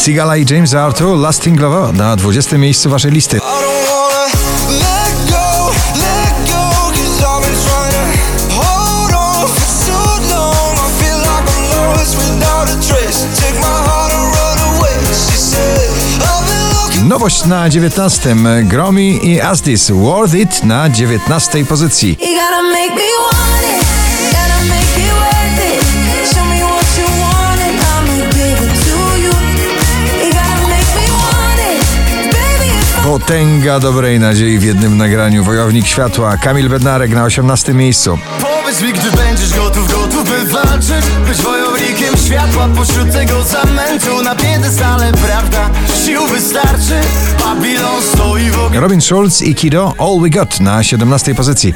Sigala i James Arthur, Lasting Love na 20. miejscu waszej listy. Nowość na 19. Gromi i Astis, Worth It na 19. pozycji. Potęga dobrej nadziei w jednym nagraniu. Wojownik światła, Kamil Bednarek na 18. miejscu. Powiedz mi, gdy będziesz gotów by walczyć, być wojownikiem światła pośród tego zamętu. Na piedestale, prawda, sił wystarczy, Babilon stoi w ogóle. Robin Schulz i Kido, All We Got na 17. pozycji.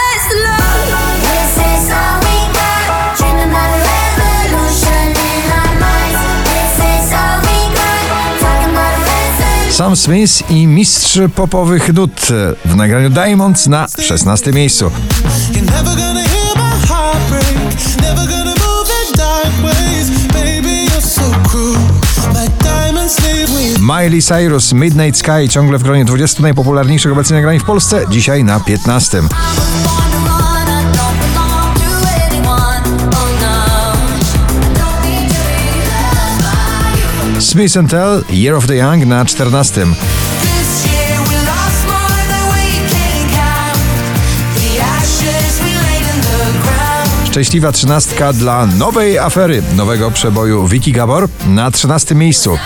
Sam Smith i mistrz popowych nut w nagraniu Diamonds na 16. miejscu. Miley Cyrus, Midnight Sky, ciągle w gronie 20 najpopularniejszych obecnie nagrań w Polsce, dzisiaj na 15. Smith & Tell, Year of the Young na 14. Szczęśliwa 13 dla nowej afery, nowego przeboju Vicky Gabor na 13. miejscu.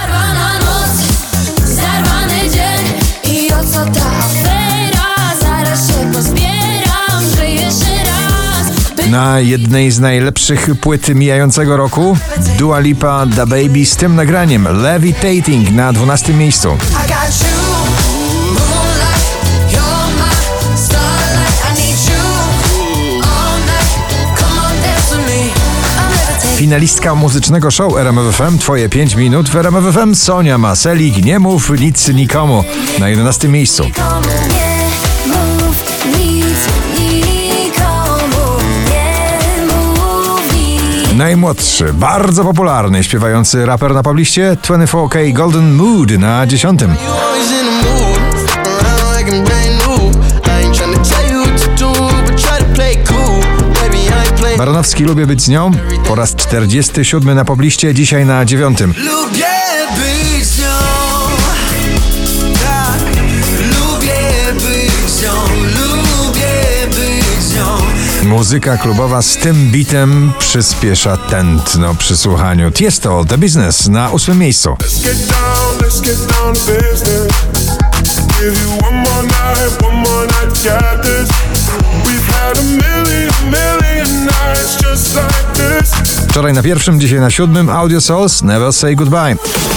Na jednej z najlepszych płyt mijającego roku Dua Lipa, DaBaby z tym nagraniem Levitating na 12. miejscu. Finalistka muzycznego show RMF FM, Twoje 5 minut w RMF FM, Sonia Maselik, Nie mów nic nikomu na 11. miejscu. Najmłodszy, bardzo popularny, śpiewający raper na pobliście 24K Golden Mood na 10. Baranowski, Lubię być z nią, po raz 47 na pobliście, dzisiaj na 9. Lubię być z nią, tak, lubię być z nią, lubię być z nią. Muzyka klubowa z tym bitem przyspiesza tętno przy słuchaniu. Tiesto, The Business na 8. miejscu. Wczoraj na 1, dzisiaj na 7. Audio Souls, Never Say Goodbye.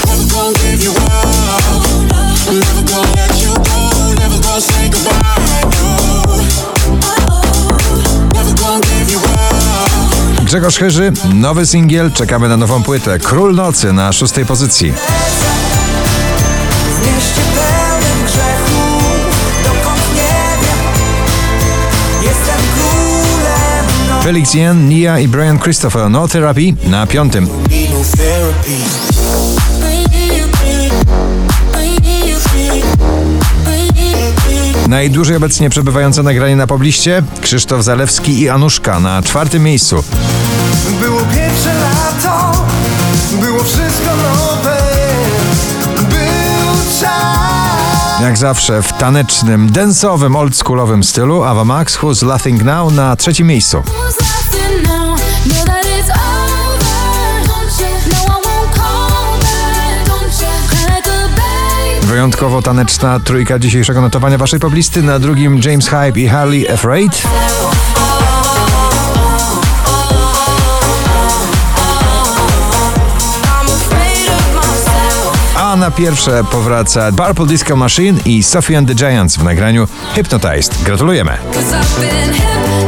Grzegorz Chyży, nowy singiel, czekamy na nową płytę. Król Nocy na 6. pozycji. Felix Yen, Nia i Brian Christopher, No Therapy na 5. Najdłużej obecnie przebywające nagranie na pobliście Krzysztof Zalewski i Anuszka na 4. miejscu. Było pierwsze lato, było wszystko nowe, był czas. Jak zawsze w tanecznym, densowym, oldschoolowym stylu Ava Max, Who's Laughing Now na 3. miejscu. Wyjątkowo taneczna trójka dzisiejszego notowania waszej poblisty. Na 2. James Hype i Harley Afraid. A na 1 powraca Purple Disco Machine i Sophie and the Giants w nagraniu Hypnotized. Gratulujemy!